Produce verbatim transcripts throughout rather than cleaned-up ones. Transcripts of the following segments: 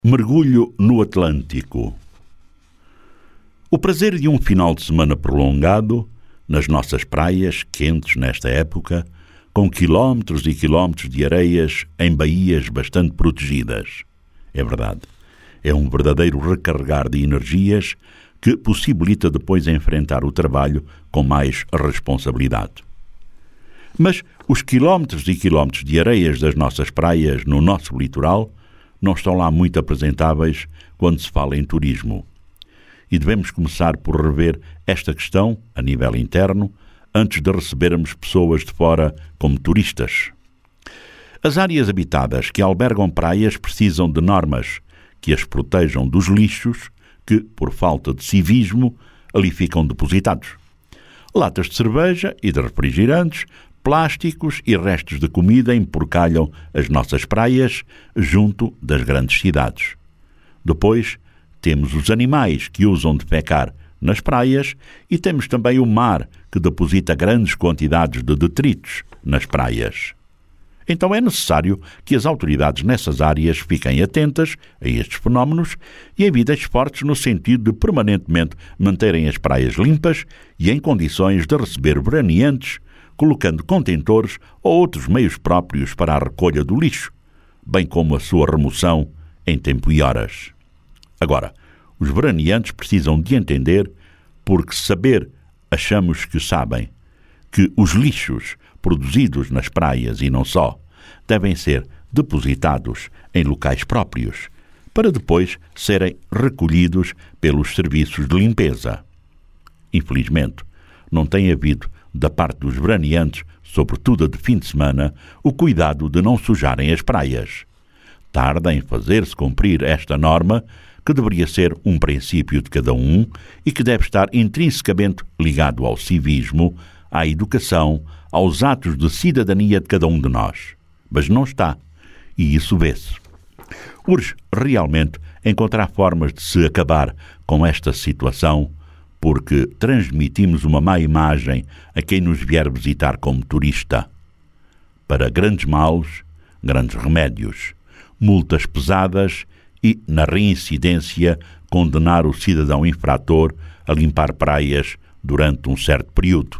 Mergulho no Atlântico. O prazer de um final de semana prolongado, nas nossas praias, quentes nesta época, com quilómetros e quilómetros de areias em baías bastante protegidas. É verdade, é um verdadeiro recarregar de energias que possibilita depois enfrentar o trabalho com mais responsabilidade. Mas os quilómetros e quilómetros de areias das nossas praias no nosso litoral não estão lá muito apresentáveis quando se fala em turismo. E devemos começar por rever esta questão a nível interno antes de recebermos pessoas de fora como turistas. As áreas habitadas que albergam praias precisam de normas que as protejam dos lixos que, por falta de civismo, ali ficam depositados. Latas de cerveja e de refrigerantes, plásticos e restos de comida emporcalham as nossas praias junto das grandes cidades. Depois, temos os animais que usam defecar nas praias e temos também o mar que deposita grandes quantidades de detritos nas praias. Então é necessário que as autoridades nessas áreas fiquem atentas a estes fenómenos e evitem esforços no sentido de permanentemente manterem as praias limpas e em condições de receber veraneantes, colocando contentores ou outros meios próprios para a recolha do lixo, bem como a sua remoção em tempo e horas. Agora, os veraneantes precisam de entender, porque saber achamos que sabem, que os lixos produzidos nas praias e não só, devem ser depositados em locais próprios, para depois serem recolhidos pelos serviços de limpeza. Infelizmente, não tem havido da parte dos veraneantes, sobretudo a de fim de semana, o cuidado de não sujarem as praias. Tarda em fazer-se cumprir esta norma, que deveria ser um princípio de cada um e que deve estar intrinsecamente ligado ao civismo, à educação, aos atos de cidadania de cada um de nós. Mas não está, e isso vê-se. Urge realmente encontrar formas de se acabar com esta situação, porque transmitimos uma má imagem a quem nos vier visitar como turista. Para grandes males, grandes remédios, multas pesadas e, na reincidência, condenar o cidadão infrator a limpar praias durante um certo período.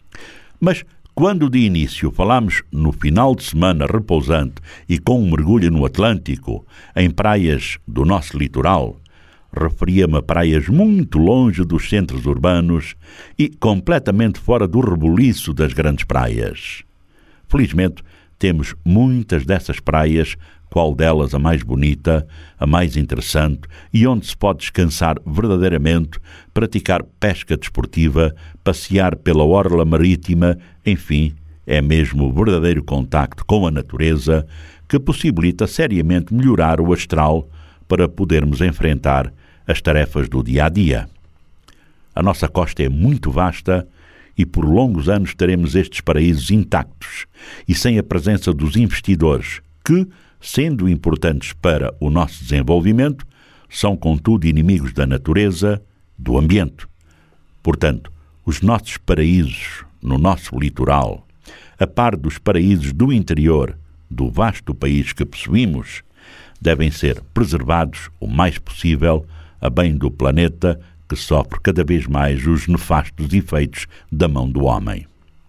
Mas, quando de início falamos no final de semana repousante e com um mergulho no Atlântico, em praias do nosso litoral, referia-me a praias muito longe dos centros urbanos e completamente fora do rebuliço das grandes praias. Felizmente, temos muitas dessas praias, qual delas a mais bonita, a mais interessante e onde se pode descansar verdadeiramente, praticar pesca desportiva, passear pela orla marítima, enfim, é mesmo o verdadeiro contacto com a natureza que possibilita seriamente melhorar o astral para podermos enfrentar as tarefas do dia-a-dia. A nossa costa é muito vasta e por longos anos teremos estes paraísos intactos e sem a presença dos investidores que, sendo importantes para o nosso desenvolvimento, são contudo inimigos da natureza, do ambiente. Portanto, os nossos paraísos no nosso litoral, a par dos paraísos do interior do vasto país que possuímos, devem ser preservados o mais possível a bem do planeta que sofre cada vez mais os nefastos efeitos da mão do homem.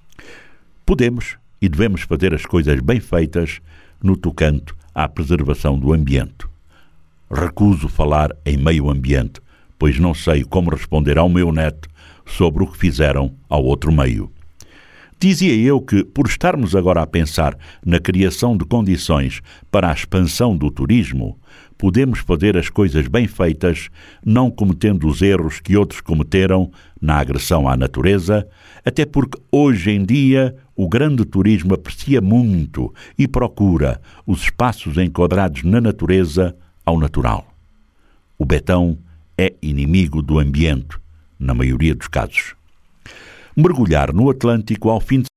Podemos e devemos fazer as coisas bem feitas no tocante à preservação do ambiente. Recuso falar em meio ambiente, pois não sei como responder ao meu neto sobre o que fizeram ao outro meio. Dizia eu que, por estarmos agora a pensar na criação de condições para a expansão do turismo, podemos fazer as coisas bem feitas, não cometendo os erros que outros cometeram na agressão à natureza, até porque hoje em dia o grande turismo aprecia muito e procura os espaços enquadrados na natureza ao natural. O betão é inimigo do ambiente, na maioria dos casos. Mergulhar no Atlântico ao fim de